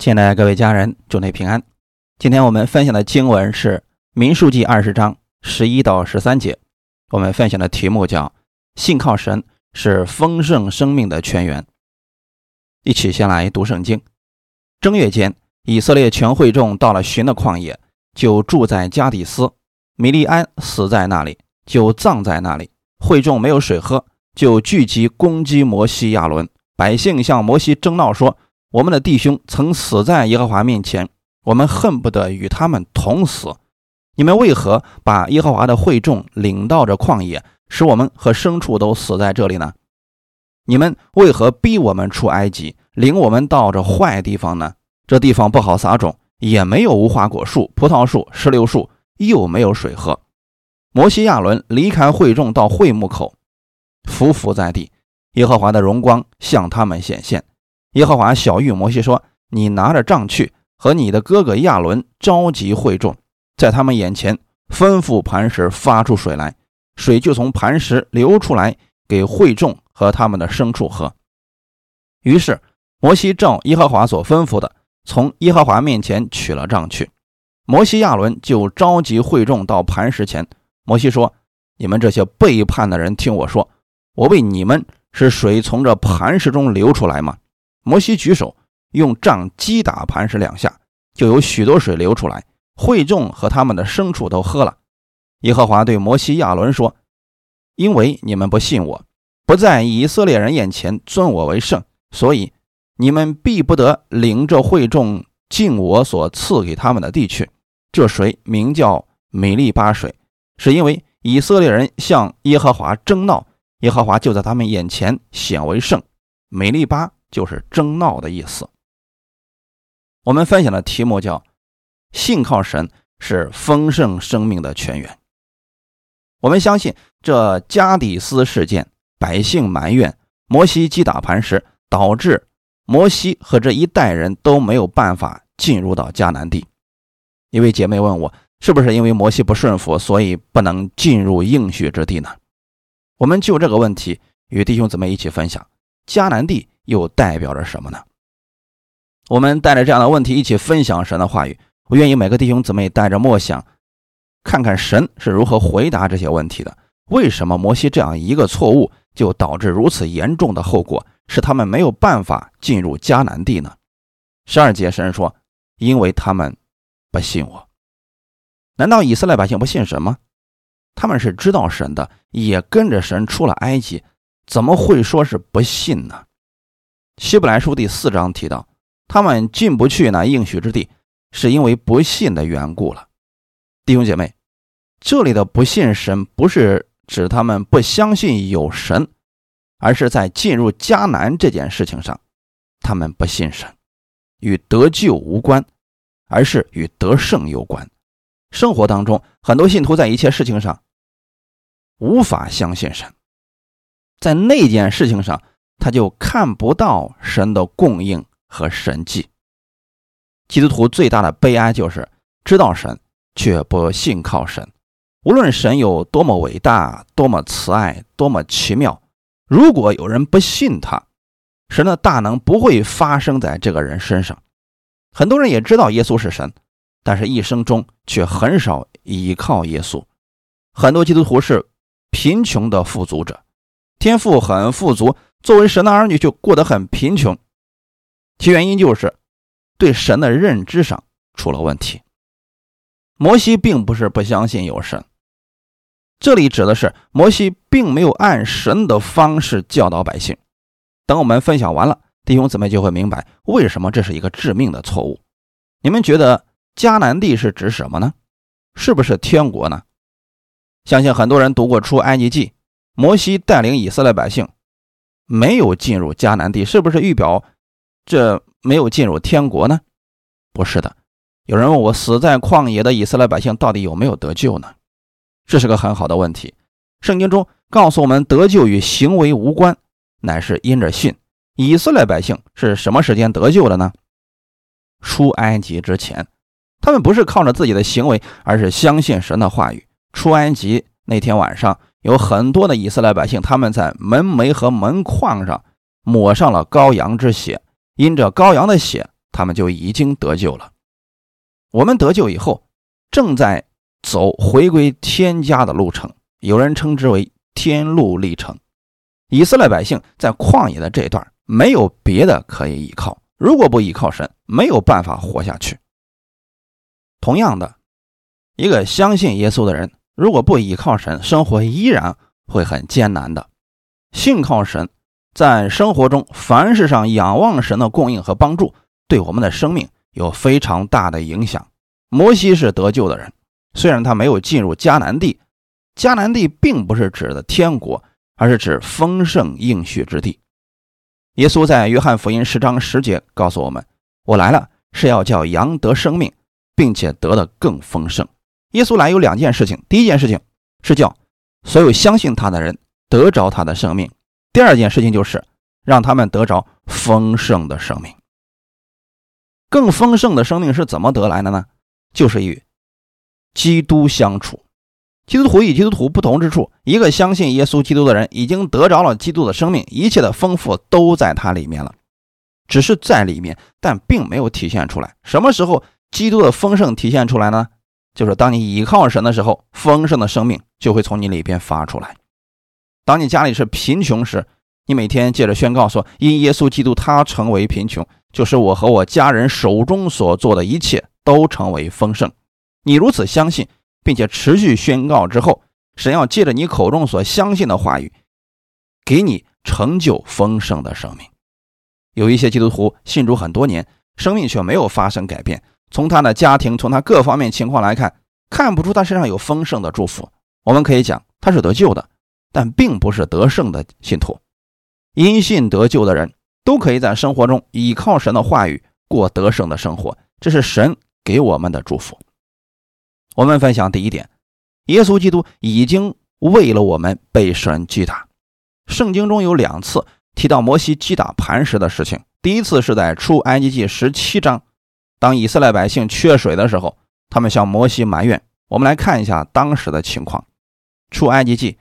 亲爱的各位家人，祝你平安。今天我们分享的经文是民数记20章11到13节，我们分享的题目叫信靠神是丰盛生命的泉源。一起先来读圣经。正月间，以色列全会众到了寻的旷野，就住在加底斯。米利安死在那里，就葬在那里。会众没有水喝，就聚集攻击摩西亚伦。百姓向摩西争闹说，我们的弟兄曾死在耶和华面前，我们恨不得与他们同死。你们为何把耶和华的会众领到这旷野，使我们和牲畜都死在这里呢？你们为何逼我们出埃及，领我们到这坏地方呢？这地方不好撒种，也没有无花果树、葡萄树、石榴树，又没有水喝。摩西亚伦离开会众到会幕口，伏伏在地，耶和华的荣光向他们显现。耶和华晓谕摩西说，你拿着杖去，和你的哥哥亚伦召集会众，在他们眼前吩咐磐石发出水来，水就从磐石流出来，给会众和他们的牲畜喝。于是摩西照耶和华所吩咐的，从耶和华面前取了杖去。摩西亚伦就召集会众到磐石前。摩西说，你们这些背叛的人，听我说，我为你们使水从这磐石中流出来吗？摩西举手用杖击打磐石2下，就有许多水流出来，会众和他们的牲畜都喝了。耶和华对摩西亚伦说，因为你们不信我，不在以色列人眼前尊我为圣，所以你们必不得领这会众进我所赐给他们的地去。这水名叫美利巴水，是因为以色列人向耶和华争闹，耶和华就在他们眼前显为圣。美利巴就是争闹的意思。我们分享的题目叫信靠神是丰盛生命的泉源。我们相信这加底斯事件，百姓埋怨摩西击打磐石，导致摩西和这一代人都没有办法进入到迦南地。一位姐妹问我，是不是因为摩西不顺服，所以不能进入应许之地呢？我们就这个问题与弟兄姊妹一起分享，迦南地又代表着什么呢？我们带着这样的问题一起分享神的话语，我愿意每个弟兄姊妹带着默想，看看神是如何回答这些问题的。为什么摩西这样一个错误就导致如此严重的后果，使他们没有办法进入迦南地呢？12节神说，因为他们不信我。难道以色列百姓不信神吗？他们是知道神的，也跟着神出了埃及，怎么会说是不信呢？希伯来书第4章提到，他们进不去那应许之地，是因为不信的缘故了。弟兄姐妹，这里的不信神不是指他们不相信有神，而是在进入迦南这件事情上，他们不信神，与得救无关，而是与得胜有关。生活当中，很多信徒在一切事情上无法相信神，在那件事情上他就看不到神的供应和神迹。基督徒最大的悲哀就是知道神却不信靠神。无论神有多么伟大，多么慈爱，多么奇妙，如果有人不信他，神的大能不会发生在这个人身上。很多人也知道耶稣是神，但是一生中却很少依靠耶稣。很多基督徒是贫穷的富足者，天父很富足，作为神的儿女就过得很贫穷，其原因就是对神的认知上出了问题。摩西并不是不相信有神，这里指的是摩西并没有按神的方式教导百姓。等我们分享完了，弟兄姊妹就会明白为什么这是一个致命的错误。你们觉得迦南地是指什么呢？是不是天国呢？相信很多人读过出埃及记，摩西带领以色列百姓没有进入迦南地，是不是预表这没有进入天国呢？不是的。有人问我，死在旷野的以色列百姓到底有没有得救呢？这是个很好的问题。圣经中告诉我们，得救与行为无关，乃是因着信。以色列百姓是什么时间得救的呢？出埃及之前。他们不是靠着自己的行为，而是相信神的话语。出埃及那天晚上，有很多的以色列百姓，他们在门楣和门框上抹上了羔羊之血，因着羔羊的血， 他们就已经得救了。我们得救以后，正在走回归天家的路程，有人称之为天路历程。以色列百姓在旷野的这一段没有别的可以依靠，如果不依靠神，没有办法活下去。同样的，一个相信耶稣的人，如果不依靠神，生活依然会很艰难的。信靠神，在生活中凡事上仰望神的供应和帮助，对我们的生命有非常大的影响。摩西是得救的人，虽然他没有进入迦南地，迦南地并不是指的天国，而是指丰盛应许之地。耶稣在约翰福音10章10节告诉我们，我来了是要叫羊得生命，并且得的更丰盛。耶稣来有2件事情，第一件事情是叫所有相信他的人得着他的生命，第二件事情就是让他们得着丰盛的生命。更丰盛的生命是怎么得来的呢？就是与基督相处。基督徒与基督徒不同之处，一个相信耶稣基督的人已经得着了基督的生命，一切的丰富都在他里面了，只是在里面，但并没有体现出来。什么时候基督的丰盛体现出来呢？就是当你倚靠神的时候，丰盛的生命就会从你里边发出来。当你家里是贫穷时，你每天借着宣告说，因耶稣基督他成为贫穷，就是我和我家人手中所做的一切都成为丰盛。你如此相信并且持续宣告之后，神要借着你口中所相信的话语，给你成就丰盛的生命。有一些基督徒信主很多年，生命却没有发生改变，从他的家庭，从他各方面情况来看，看不出他身上有丰盛的祝福。我们可以讲他是得救的，但并不是得胜的信徒。因信得救的人都可以在生活中依靠神的话语过得胜的生活，这是神给我们的祝福。我们分享第一点，耶稣基督已经为了我们被神击打。圣经中有2次提到摩西击打磐石的事情，第一次是在出埃及记17章，当以色列百姓缺水的时候，他们向摩西埋怨。我们来看一下当时的情况。出埃及记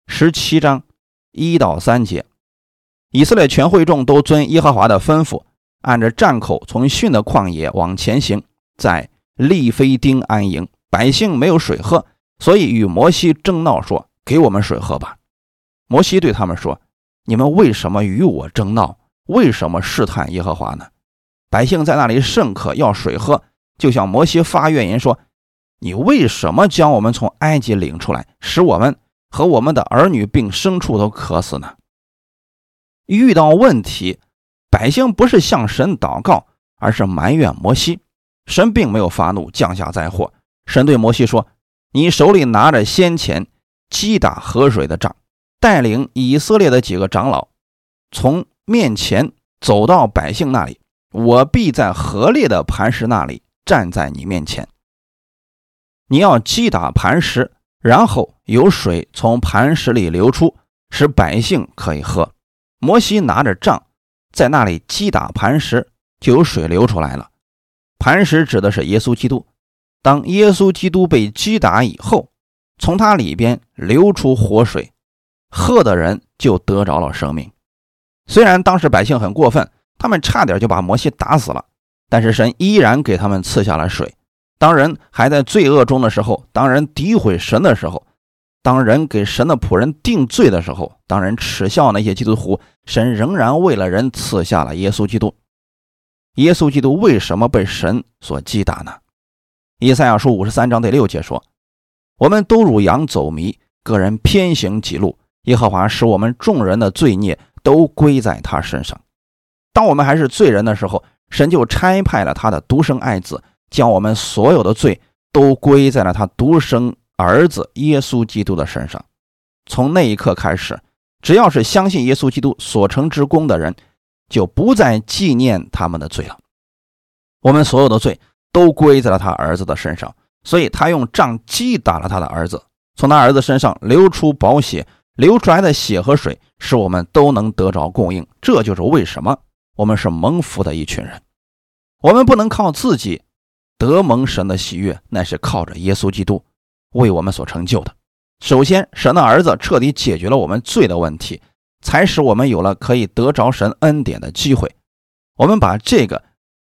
17章1到3节，以色列全会众都遵耶和华的吩咐，按着站口从逊的旷野往前行，在利非丁安营。百姓没有水喝，所以与摩西争闹说，给我们水喝吧。摩西对他们说，你们为什么与我争闹？为什么试探耶和华呢？百姓在那里甚渴要水喝，就向摩西发怨言说，你为什么将我们从埃及领出来，使我们和我们的儿女并牲畜都渴死呢？遇到问题，百姓不是向神祷告，而是埋怨摩西。神并没有发怒降下灾祸。神对摩西说，你手里拿着先前击打河水的杖，带领以色列的几个长老从面前走到百姓那里，我必在河裂的磐石那里站在你面前。你要击打磐石，然后有水从磐石里流出，使百姓可以喝。摩西拿着杖在那里击打磐石，就有水流出来了。磐石指的是耶稣基督，当耶稣基督被击打以后，从他里边流出活水，喝的人就得着了生命。虽然当时百姓很过分，他们差点就把摩西打死了，但是神依然给他们赐下了水。当人还在罪恶中的时候，当人诋毁神的时候，当人给神的仆人定罪的时候，当人耻笑那些基督徒，神仍然为了人赐下了耶稣基督。耶稣基督为什么被神所击打呢？以赛亚书53章第6节说，我们都如羊走迷，个人偏行己路，耶和华使我们众人的罪孽都归在他身上。当我们还是罪人的时候，神就差派了他的独生爱子，将我们所有的罪都归在了他独生儿子耶稣基督的身上。从那一刻开始，只要是相信耶稣基督所成之功的人，就不再纪念他们的罪了。我们所有的罪都归在了他儿子的身上，所以他用杖击打了他的儿子，从他儿子身上流出宝血，流出来的血和水使我们都能得着供应。这就是为什么我们是蒙福的一群人。我们不能靠自己得蒙神的喜悦，乃是靠着耶稣基督为我们所成就的。首先，神的儿子彻底解决了我们罪的问题，才使我们有了可以得着神恩典的机会。我们把这个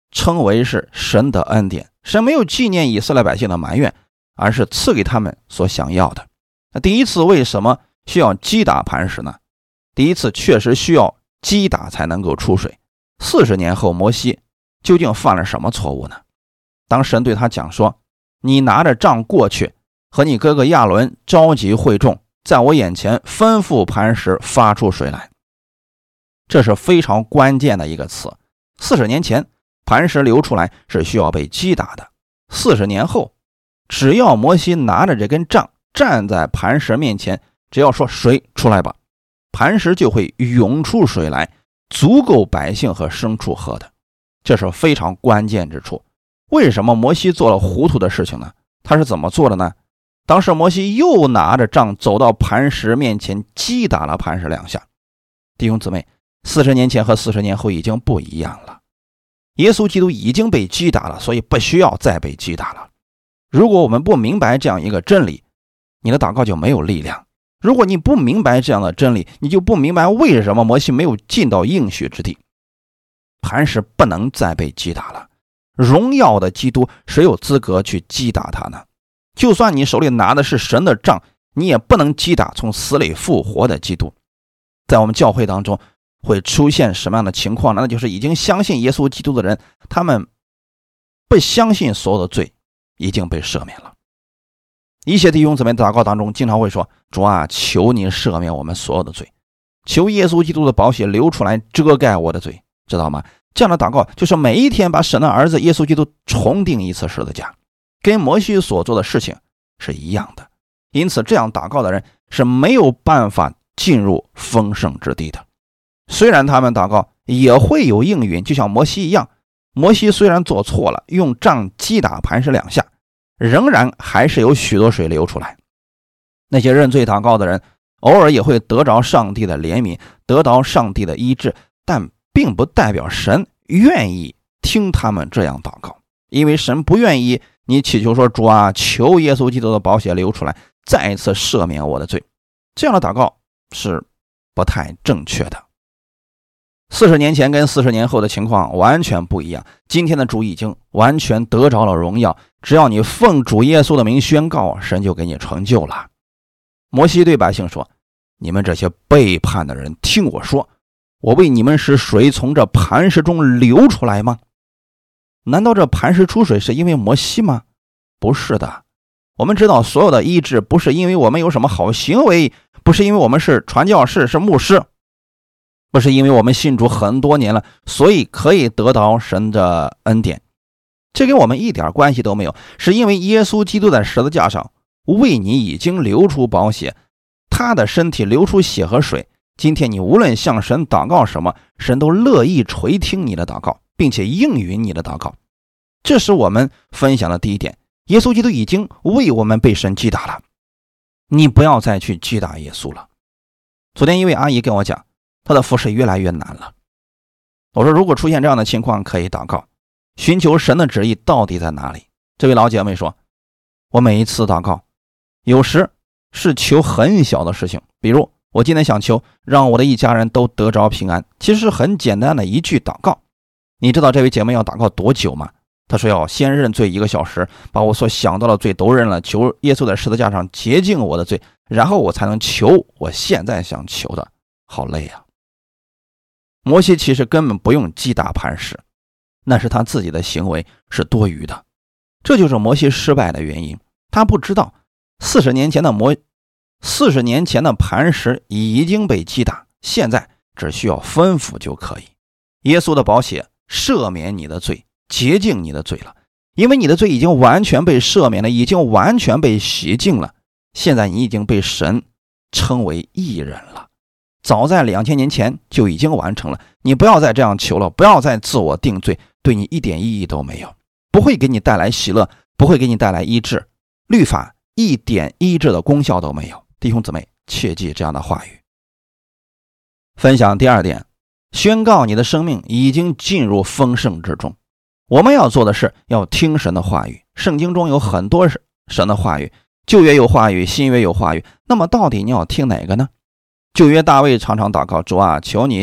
称为是神的恩典。神没有纪念以色列百姓的埋怨，而是赐给他们所想要的。那第一次为什么需要击打磐石呢？第一次确实需要击打才能够出水。40年后，摩西究竟犯了什么错误呢？当神对他讲说，你拿着杖过去，和你哥哥亚伦召集会众，在我眼前吩咐磐石发出水来。这是非常关键的一个词。40年前磐石流出来是需要被击打的，40年后只要摩西拿着这根杖站在磐石面前，只要说水出来吧，磐石就会涌出水来，足够百姓和牲畜喝的。这是非常关键之处。为什么摩西做了糊涂的事情呢？他是怎么做的呢？当时摩西又拿着杖走到磐石面前，击打了磐石2下。弟兄姊妹，40年前和40年后已经不一样了。耶稣基督已经被击打了，所以不需要再被击打了。如果我们不明白这样一个真理，你的祷告就没有力量。如果你不明白这样的真理，你就不明白为什么摩西没有进到应许之地。磐石不能再被击打了。荣耀的基督，谁有资格去击打他呢？就算你手里拿的是神的杖，你也不能击打从死里复活的基督。在我们教会当中会出现什么样的情况呢？那就是已经相信耶稣基督的人，他们不相信所有的罪已经被赦免了。一些弟兄姊妹祷告当中经常会说，主啊，求你赦免我们所有的罪，求耶稣基督的宝血流出来遮盖我的罪，知道吗？这样的祷告就是每一天把神的儿子耶稣基督重定一次十字架，跟摩西所做的事情是一样的。因此这样祷告的人是没有办法进入丰盛之地的。虽然他们祷告也会有应允，就像摩西一样，摩西虽然做错了，用杖击打磐石2下，仍然还是有许多水流出来。那些认罪祷告的人偶尔也会得着上帝的怜悯，得到上帝的医治，但并不代表神愿意听他们这样祷告。因为神不愿意你祈求说，主啊，求耶稣基督的宝血流出来，再一次赦免我的罪。这样的祷告是不太正确的。40年前跟40年后的情况完全不一样。今天的主已经完全得着了荣耀，只要你奉主耶稣的名宣告，神就给你成就了。摩西对百姓说，你们这些背叛的人，听我说，我为你们使水从这磐石中流出来吗？难道这磐石出水是因为摩西吗？不是的。我们知道所有的医治不是因为我们有什么好行为，不是因为我们是传教士，是牧师，不是因为我们信主很多年了，所以可以得到神的恩典，这跟我们一点关系都没有。是因为耶稣基督在十字架上为你已经流出宝血，他的身体流出血和水。今天你无论向神祷告什么，神都乐意垂听你的祷告，并且应允你的祷告。这是我们分享的第一点，耶稣基督已经为我们被神击打了，你不要再去击打耶稣了。昨天一位阿姨跟我讲，她的服事越来越难了。我说如果出现这样的情况，可以祷告，寻求神的旨意到底在哪里。这位老姐妹说，我每一次祷告有时是求很小的事情，比如我今天想求让我的一家人都得着平安，其实是很简单的一句祷告。你知道这位姐妹要祷告多久吗？她说要先认罪1个小时，把我所想到的罪都认了，求耶稣在十字架上洁净我的罪，然后我才能求我现在想求的。好累啊。摩西其实根本不用击打磐石，那是他自己的行为是多余的，这就是摩西失败的原因。他不知道40年前的磐石已经被击打，现在只需要吩咐就可以。耶稣的宝血赦免你的罪，洁净你的罪了，因为你的罪已经完全被赦免了，已经完全被洗净了。现在你已经被神称为义人了，早在2000年前就已经完成了。你不要再这样求了，不要再自我定罪，对你一点意义都没有，不会给你带来喜乐，不会给你带来医治，律法一点医治的功效都没有。弟兄姊妹，切记这样的话语。分享第二点，宣告你的生命已经进入丰盛之中。我们要做的是要听神的话语。圣经中有很多神的话语，旧约有话语，新约有话语，那么到底你要听哪个呢？旧约大卫常常祷告，主啊，求你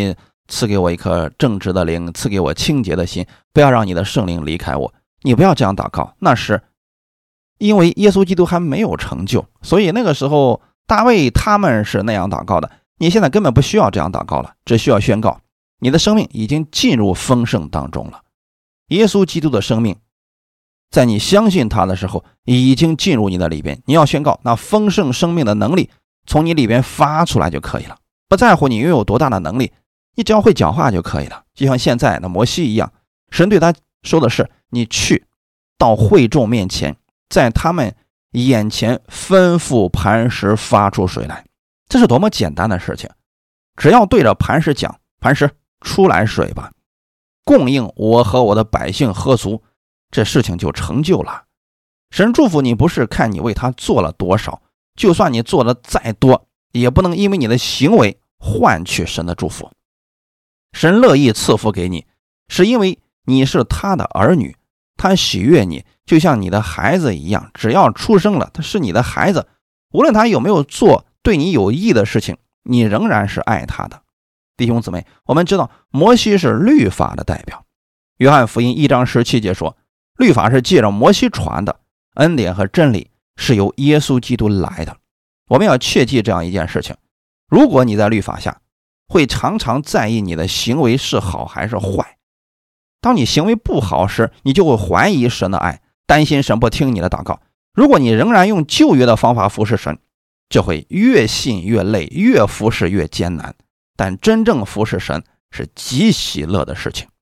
赐给我一颗正直的灵，赐给我清洁的心，不要让你的圣灵离开我。你不要这样祷告，那是因为耶稣基督还没有成就，所以那个时候大卫他们是那样祷告的。你现在根本不需要这样祷告了，只需要宣告你的生命已经进入丰盛当中了。耶稣基督的生命在你相信他的时候已经进入你的里边，你要宣告那丰盛生命的能力从你里边发出来就可以了，不在乎你拥有多大的能力，你只要会讲话就可以了。就像现在的摩西一样，神对他说的是你去到会众面前，在他们眼前吩咐磐石发出水来。这是多么简单的事情，只要对着磐石讲，磐石出来水吧，供应我和我的百姓喝足，这事情就成就了。神祝福你不是看你为他做了多少，就算你做的再多，也不能因为你的行为换取神的祝福。神乐意赐福给你，是因为你是他的儿女，他喜悦你，就像你的孩子一样，只要出生了，他是你的孩子，无论他有没有做对你有益的事情，你仍然是爱他的。弟兄姊妹，我们知道摩西是律法的代表，约翰福音1章17节说，律法是借着摩西传的，恩典和真理是由耶稣基督来的。我们要切记这样一件事情，如果你在律法下会常常在意你的行为是好还是坏，当你行为不好时，你就会怀疑神的爱，担心神不听你的祷告。如果你仍然用旧约的方法服侍神，就会越信越累，越服侍越艰难。但真正服侍神是极喜乐的事情。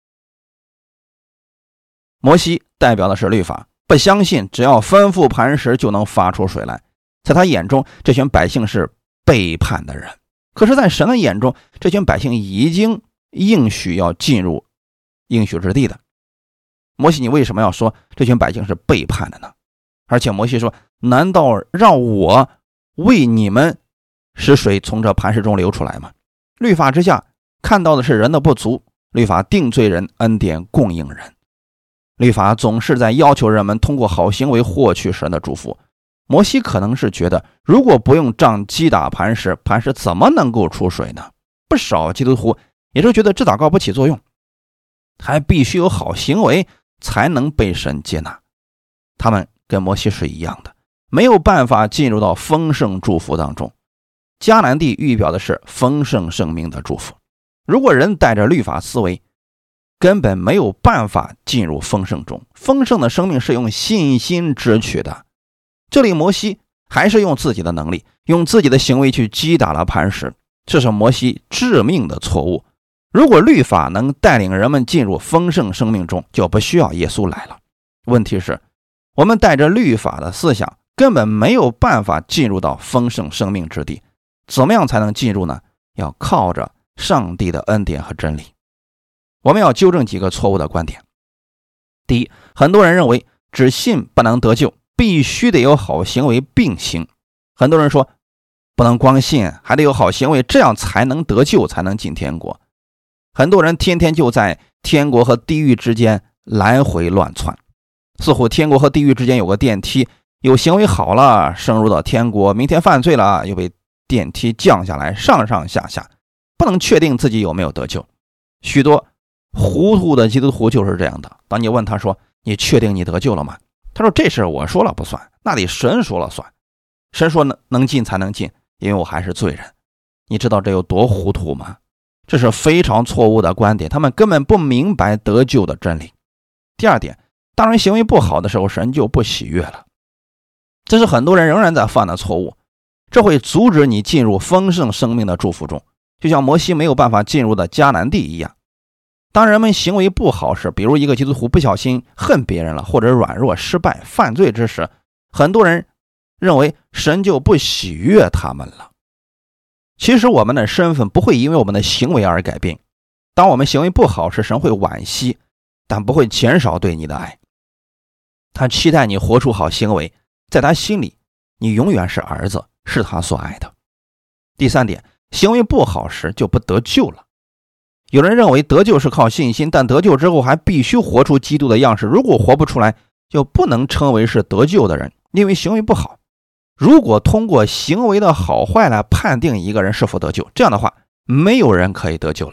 摩西代表的是律法，不相信只要吩咐磐石就能发出水来，在他眼中这群百姓是背叛的人。可是在神的眼中，这群百姓已经应许要进入应许之地的。摩西，你为什么要说这群百姓是背叛的呢？而且摩西说，难道让我为你们使水从这磐石中流出来吗？律法之下看到的是人的不足，律法定罪人，恩典供应人。律法总是在要求人们通过好行为获取神的祝福。摩西可能是觉得，如果不用杖击打磐石，磐石怎么能够出水呢？不少基督徒也是觉得这祷告不起作用，还必须有好行为才能被神接纳。他们跟摩西是一样的，没有办法进入到丰盛祝福当中。迦南地预表的是丰盛生命的祝福，如果人带着律法思维，根本没有办法进入丰盛中。丰盛的生命是用信心支取的。这里摩西还是用自己的能力，用自己的行为去击打了磐石，这是摩西致命的错误。如果律法能带领人们进入丰盛生命中，就不需要耶稣来了。问题是，我们带着律法的思想，根本没有办法进入到丰盛生命之地。怎么样才能进入呢？要靠着上帝的恩典和真理。我们要纠正几个错误的观点。第一，很多人认为只信不能得救，必须得有好行为并行。很多人说不能光信，还得有好行为，这样才能得救，才能进天国。很多人天天就在天国和地狱之间来回乱窜，似乎天国和地狱之间有个电梯，有行为好了升入到天国，明天犯罪了又被电梯降下来，上上下下，不能确定自己有没有得救。许多糊涂的基督徒就是这样的，当你问他说，你确定你得救了吗？他说，这事我说了不算，那得神说了算，神说能进才能进，因为我还是罪人。你知道这有多糊涂吗？这是非常错误的观点，他们根本不明白得救的真理。第二点，当人行为不好的时候，神就不喜悦了，这是很多人仍然在犯的错误，这会阻止你进入丰盛生命的祝福中，就像摩西没有办法进入的迦南地一样。当人们行为不好时，比如一个基督徒不小心恨别人了，或者软弱失败犯罪之时，很多人认为神就不喜悦他们了。其实我们的身份不会因为我们的行为而改变，当我们行为不好时，神会惋惜，但不会减少对你的爱。他期待你活出好行为，在他心里你永远是儿子，是他所爱的。第三点，行为不好时就不得救了。有人认为得救是靠信心，但得救之后还必须活出基督的样式，如果活不出来，就不能称为是得救的人，因为行为不好。如果通过行为的好坏来判定一个人是否得救，这样的话没有人可以得救了。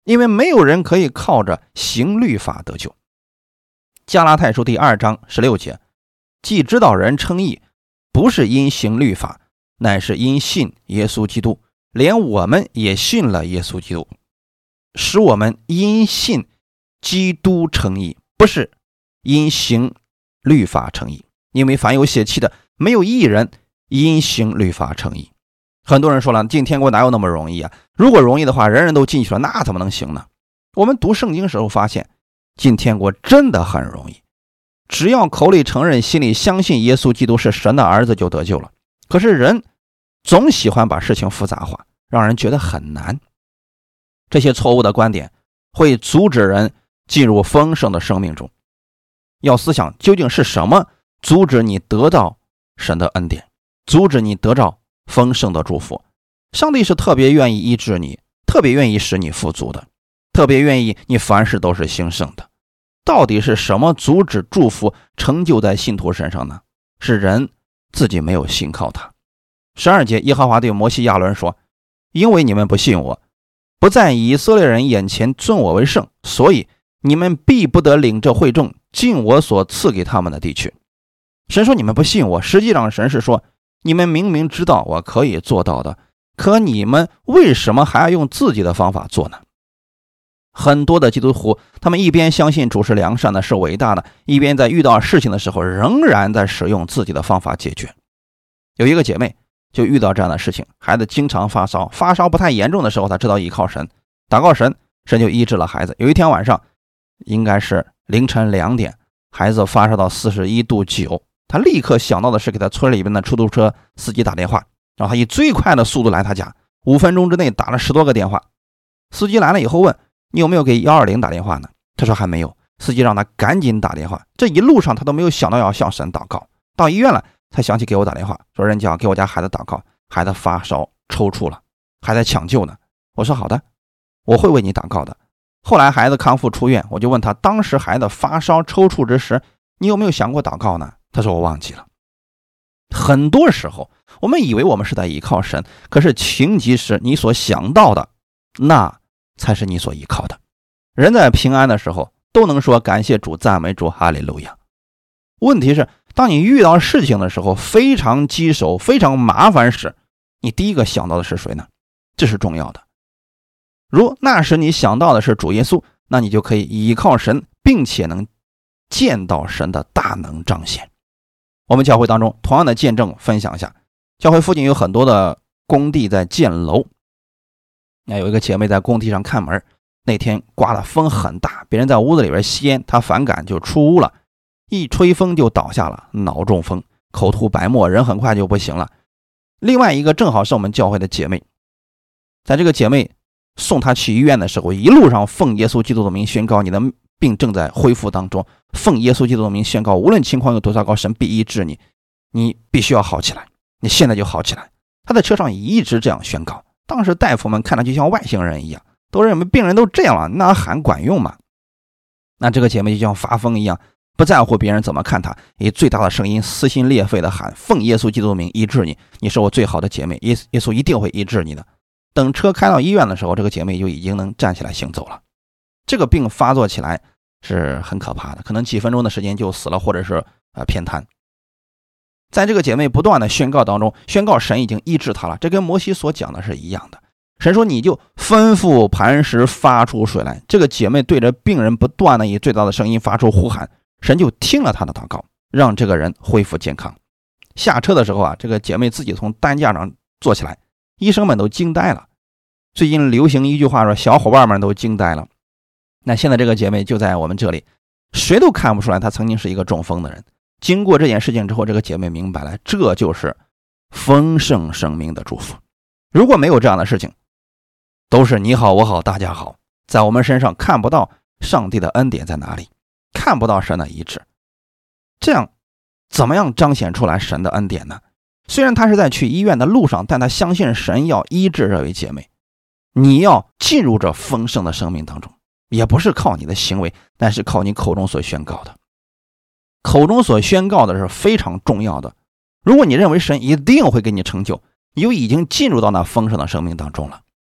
因为没有人可以靠着行律法得救。加拉太书第2章16节，既知道人称义，不是因行律法，乃是因信耶稣基督，连我们也信了耶稣基督，使我们因信基督称义，不是因行律法称义。因为凡有血气的，没有一人因行律法称义。很多人说了，进天国哪有那么容易啊？如果容易的话，人人都进去了，那怎么能行呢？我们读圣经时候发现，进天国真的很容易，只要口里承认，心里相信耶稣基督是神的儿子，就得救了。可是人总喜欢把事情复杂化，让人觉得很难。这些错误的观点会阻止人进入丰盛的生命中。要思想究竟是什么阻止你得到神的恩典，阻止你得到丰盛的祝福。上帝是特别愿意医治你，特别愿意使你富足的，特别愿意你凡事都是兴盛的。到底是什么阻止祝福成就在信徒身上呢？是人自己没有信靠他。12节，耶和华对摩西亚伦说，因为你们不信我，不在以色列人眼前尊我为圣，所以你们必不得领这会众进我所赐给他们的地区。神说你们不信我，实际上神是说，你们明明知道我可以做到的，可你们为什么还要用自己的方法做呢？很多的基督徒，他们一边相信主是良善的，是伟大的，一边在遇到事情的时候仍然在使用自己的方法解决。有一个姐妹就遇到这样的事情，孩子经常发烧，发烧不太严重的时候，她知道依靠神，祷告神，神就医治了孩子。有一天晚上，应该是凌晨2点，孩子发烧到41度9，她立刻想到的是给他村里边的出租车司机打电话，然后他以最快的速度来他家，5分钟之内打了10多个电话。司机来了以后问，你有没有给120打电话呢？他说还没有。司机让他赶紧打电话，这一路上他都没有想到要向神祷告。到医院了才想起给我打电话，说人家给我家孩子祷告，孩子发烧抽搐了，还在抢救呢。我说好的，我会为你祷告的。后来孩子康复出院，我就问他，当时孩子发烧抽搐之时，你有没有想过祷告呢？他说我忘记了。很多时候我们以为我们是在依靠神，可是情急时你所想到的，那才是你所依靠的。人在平安的时候都能说感谢主，赞美主，哈利路亚。问题是当你遇到事情的时候，非常棘手，非常麻烦时，你第一个想到的是谁呢？这是重要的。如那时你想到的是主耶稣，那你就可以依靠神，并且能见到神的大能彰显。我们教会当中同样的见证分享一下，教会附近有很多的工地在建楼，有一个姐妹在工地上看门，那天刮的风很大，别人在屋子里边吸烟，她反感就出屋了，一吹风就倒下了，脑中风，口吐白沫，人很快就不行了。另外一个正好是我们教会的姐妹，在这个姐妹送她去医院的时候，一路上奉耶稣基督的名宣告，你的病正在恢复当中，奉耶稣基督的名宣告，无论情况有多糟糕，神必医治你，你必须要好起来，你现在就好起来。她在车上一直这样宣告，当时大夫们看着就像外星人一样，都认为病人都这样了，那喊管用吗？那这个姐妹就像发疯一样，不在乎别人怎么看她，以最大的声音撕心裂肺的喊，奉耶稣基督的名医治你，你是我最好的姐妹，耶稣一定会医治你的。等车开到医院的时候，这个姐妹就已经能站起来行走了。这个病发作起来是很可怕的，可能几分钟的时间就死了，或者是偏瘫。在这个姐妹不断的宣告当中，宣告神已经医治她了，这跟摩西所讲的是一样的。神说你就吩咐磐石发出水来，这个姐妹对着病人不断的以最大的声音发出呼喊，神就听了她的祷告，让这个人恢复健康。下车的时候这个姐妹自己从担架上坐起来，医生们都惊呆了。最近流行一句话说，小伙伴们都惊呆了。那现在这个姐妹就在我们这里，谁都看不出来她曾经是一个中风的人。经过这件事情之后，这个姐妹明白了，这就是丰盛生命的祝福。如果没有这样的事情，都是你好我好大家好，在我们身上看不到上帝的恩典在哪里，看不到神的医治。这样怎么样彰显出来神的恩典呢？虽然她是在去医院的路上，但她相信神要医治这位姐妹。你要进入这丰盛的生命当中，也不是靠你的行为，但是靠你口中所宣告的。口中所宣告的是非常重要的。如果你认为神一定会给你成就，你就已经进入到那丰盛的生命当中了。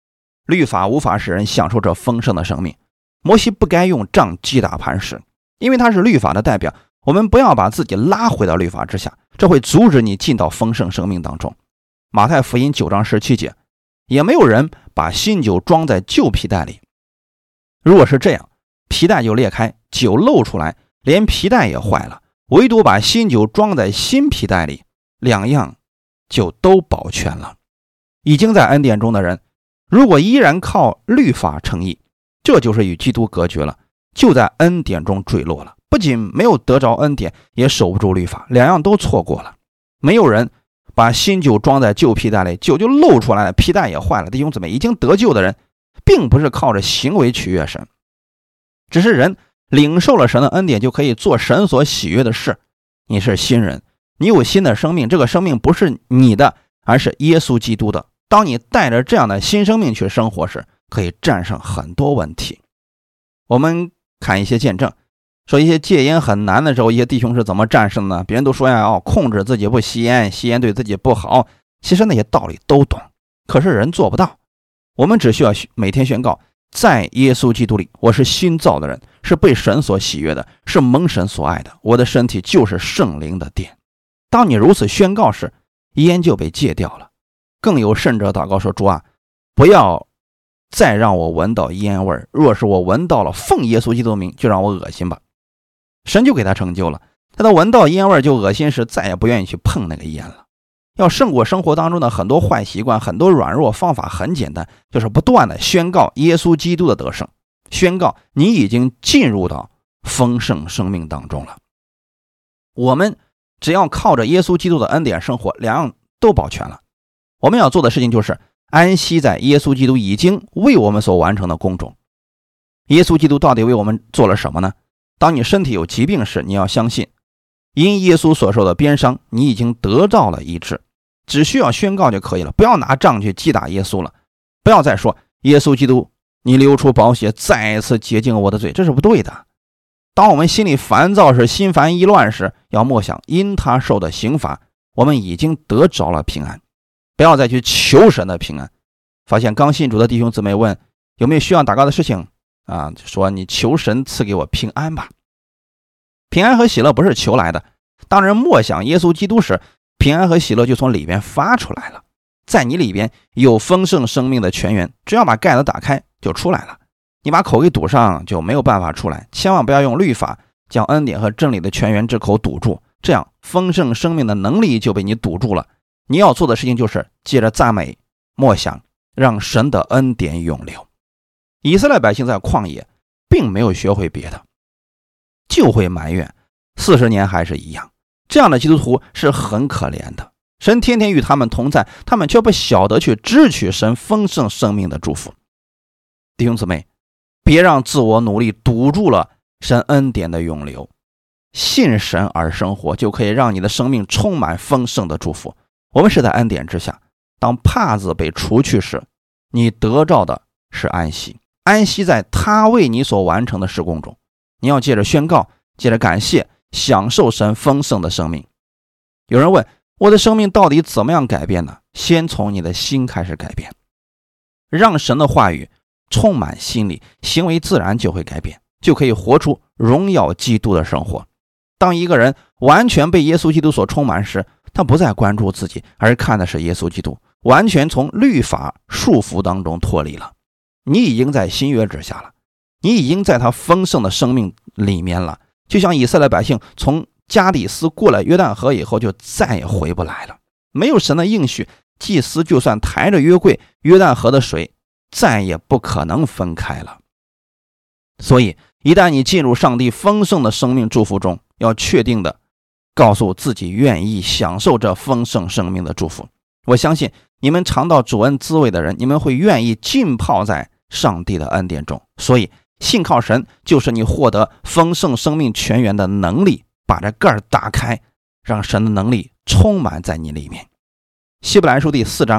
律法无法使人享受这丰盛的生命。摩西不该用杖击打磐石，因为他是律法的代表。我们不要把自己拉回到律法之下，这会阻止你进到丰盛生命当中。马太福音9章17节，也没有人把新酒装在旧皮袋里，如果是这样，皮带就裂开，酒漏出来，连皮带也坏了。唯独把新酒装在新皮带里，两样就都保全了。已经在恩典中的人，如果依然靠律法称义，这就是与基督隔绝了，就在恩典中坠落了。不仅没有得着恩典，也守不住律法，两样都错过了。没有人把新酒装在旧皮带里，酒就漏出来了，皮带也坏了。弟兄姊妹，已经得救的人并不是靠着行为取悦神，只是人领受了神的恩典，就可以做神所喜悦的事。你是新人，你有新的生命，这个生命不是你的，而是耶稣基督的。当你带着这样的新生命去生活时，可以战胜很多问题。我们看一些见证，说一些戒烟很难的时候，一些弟兄是怎么战胜的呢？别人都说呀，控制自己不吸烟，吸烟对自己不好。其实那些道理都懂，可是人做不到。我们只需要每天宣告，在耶稣基督里，我是新造的人，是被神所喜悦的，是蒙神所爱的。我的身体就是圣灵的殿。当你如此宣告时，烟就被戒掉了。更有甚者祷告说，主啊，不要再让我闻到烟味，若是我闻到了，奉耶稣基督的名，就让我恶心吧。神就给他成就了，在他闻到烟味就恶心时，再也不愿意去碰那个烟了。要胜过生活当中的很多坏习惯，很多软弱，方法很简单，就是不断的宣告耶稣基督的得胜，宣告你已经进入到丰盛生命当中了。我们只要靠着耶稣基督的恩典生活，两样都保全了。我们要做的事情就是安息在耶稣基督已经为我们所完成的工中。耶稣基督到底为我们做了什么呢？当你身体有疾病时，你要相信因耶稣所受的鞭伤，你已经得到了医治，只需要宣告就可以了。不要拿杖去击打耶稣了，不要再说耶稣基督你流出宝血再一次洁净我的罪，这是不对的。当我们心里烦躁时，心烦意乱时，要默想因他受的刑罚，我们已经得着了平安。不要再去求神的平安。发现刚信主的弟兄姊妹问有没有需要祷告的事情啊，说你求神赐给我平安吧。平安和喜乐不是求来的，当人默想耶稣基督时，平安和喜乐就从里边发出来了。在你里边有丰盛生命的泉源，只要把盖子打开就出来了。你把口给堵上就没有办法出来。千万不要用律法将恩典和真理的泉源之口堵住，这样丰盛生命的能力就被你堵住了。你要做的事情就是借着赞美默想，让神的恩典涌流。以色列百姓在旷野并没有学会别的，就会埋怨40年还是一样。这样的基督徒是很可怜的，神天天与他们同在，他们却不晓得去支取神丰盛生命的祝福。弟兄姊妹，别让自我努力堵住了神恩典的涌流。信神而生活，就可以让你的生命充满丰盛的祝福。我们是在恩典之下，当帕子被除去时，你得到的是安息，安息在他为你所完成的事工中。你要借着宣告，借着感谢，享受神丰盛的生命。有人问，我的生命到底怎么样改变呢？先从你的心开始改变，让神的话语充满心里，行为自然就会改变，就可以活出荣耀基督的生活。当一个人完全被耶稣基督所充满时，他不再关注自己，而看的是耶稣基督，完全从律法束缚当中脱离了。你已经在新约之下了，你已经在他丰盛的生命里面了。就像以色列百姓从加底斯过了约旦河以后，就再也回不来了。没有神的应许，祭司就算抬着约柜，约旦河的水再也不可能分开了。所以一旦你进入上帝丰盛的生命祝福中，要确定的告诉自己愿意享受这丰盛生命的祝福。我相信你们尝到主恩滋味的人，你们会愿意浸泡在上帝的恩典中。所以信靠神就是你获得丰盛生命泉源的能力。把这盖打开，让神的能力充满在你里面。希伯来书第4章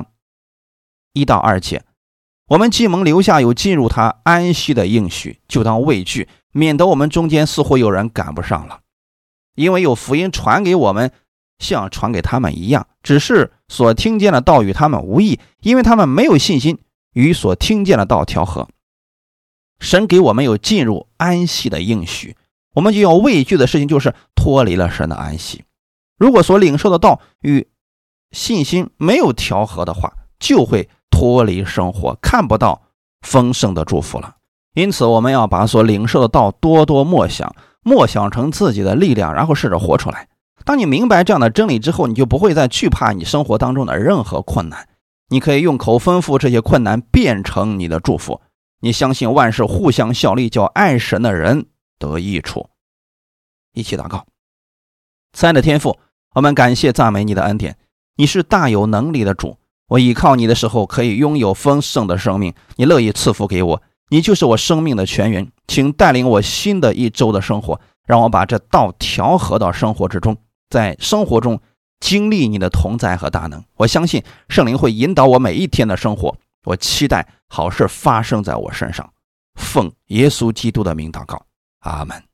1到2节，我们既蒙留下有进入他安息的应许，就当畏惧，免得我们中间似乎有人赶不上了。因为有福音传给我们，像传给他们一样，只是所听见的道与他们无异，因为他们没有信心与所听见的道调和。神给我们有进入安息的应许，我们就要畏惧的事情就是脱离了神的安息。如果所领受的道与信心没有调和的话，就会脱离生活，看不到丰盛的祝福了。因此我们要把所领受的道多多默想，默想成自己的力量，然后试着活出来。当你明白这样的真理之后，你就不会再惧怕你生活当中的任何困难，你可以用口吩咐这些困难变成你的祝福。你相信万事互相效力，叫爱神的人得益处。一起祷告。亲爱的天父，我们感谢赞美你的恩典，你是大有能力的主，我依靠你的时候可以拥有丰盛的生命，你乐意赐福给我，你就是我生命的泉源。请带领我新的一周的生活，让我把这道调和到生活之中，在生活中经历你的同在和大能。我相信圣灵会引导我每一天的生活，我期待好事发生在我身上。奉耶稣基督的名祷告，阿们。